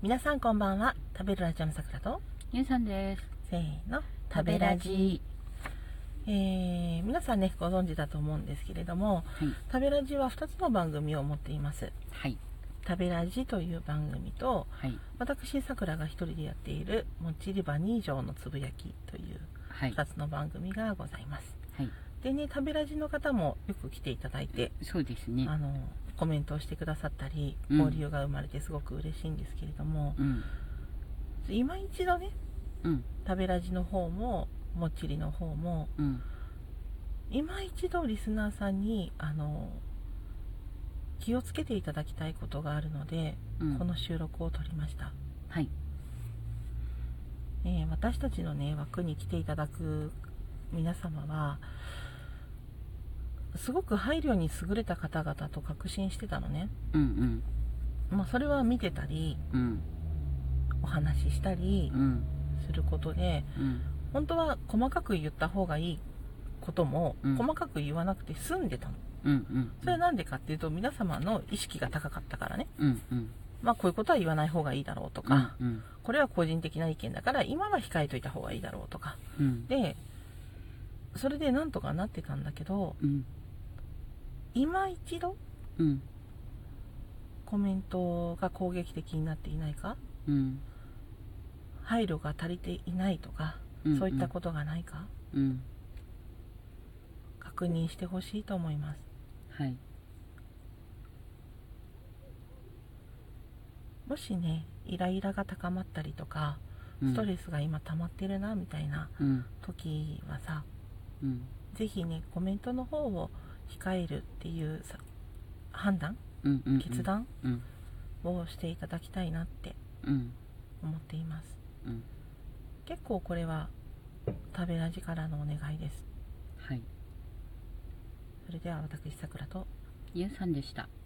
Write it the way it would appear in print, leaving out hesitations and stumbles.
皆さんこんばんは。食べるラジオのさくらとゆうさんです。 せーの、食べラジ。皆さんねご存知だと思うんですけれども、 はい。 食べラジは2つの番組を持っています。 はい。 食べラジという番組と、 はい。 私さくらが一人でやっているもっちりバニー城のつぶやきというはい。 2つの番組がございます。 はい。 でね、食べラジの方もよく来ていただいて、 そうですね。 コメントをしてくださったりうん交流が生まれてすごく嬉しいんですけれども、 うん。 今一度ね、 うん。 食べラジの方ももっちりの方もうん。 今一度リスナーさんに気をつけていただきたいことがあるので、 うん。 この収録を撮りました。 はい。 私たちのね枠に来ていただく皆様はすごく配慮に優れた方々と確信してたのね。 うんそれは見てたりうん。うん。 お話ししたりうんすることで、 うん本当は細かく言った方がいいことも、 うん細かく言わなくて済んでたの。 うんうんそれはなんでかっていうと、皆様の意識が高かったからね。 うんうんこういうことは言わない方がいいだろうとか、 うんこれは個人的な意見だから今は控えといた方がいいだろうとかうんで、それでなんとかなってたんだけど、 うん今一度うんコメントが攻撃的になっていないか、 うん配慮が足りていないとか、 うんそういったことがないかうん確認してほしいと思います。 はい。 もしねイライラが高まったりとかストレスが今溜まってるなみたいなうん時はさ、 うんぜひねコメントの方を控えるっていう判断、 うんうん決断うんをしていただきたいなってうん思っています。 うん結構これは食べラジからのお願いです。 はい。 それでは私さくらとゆうさんでした。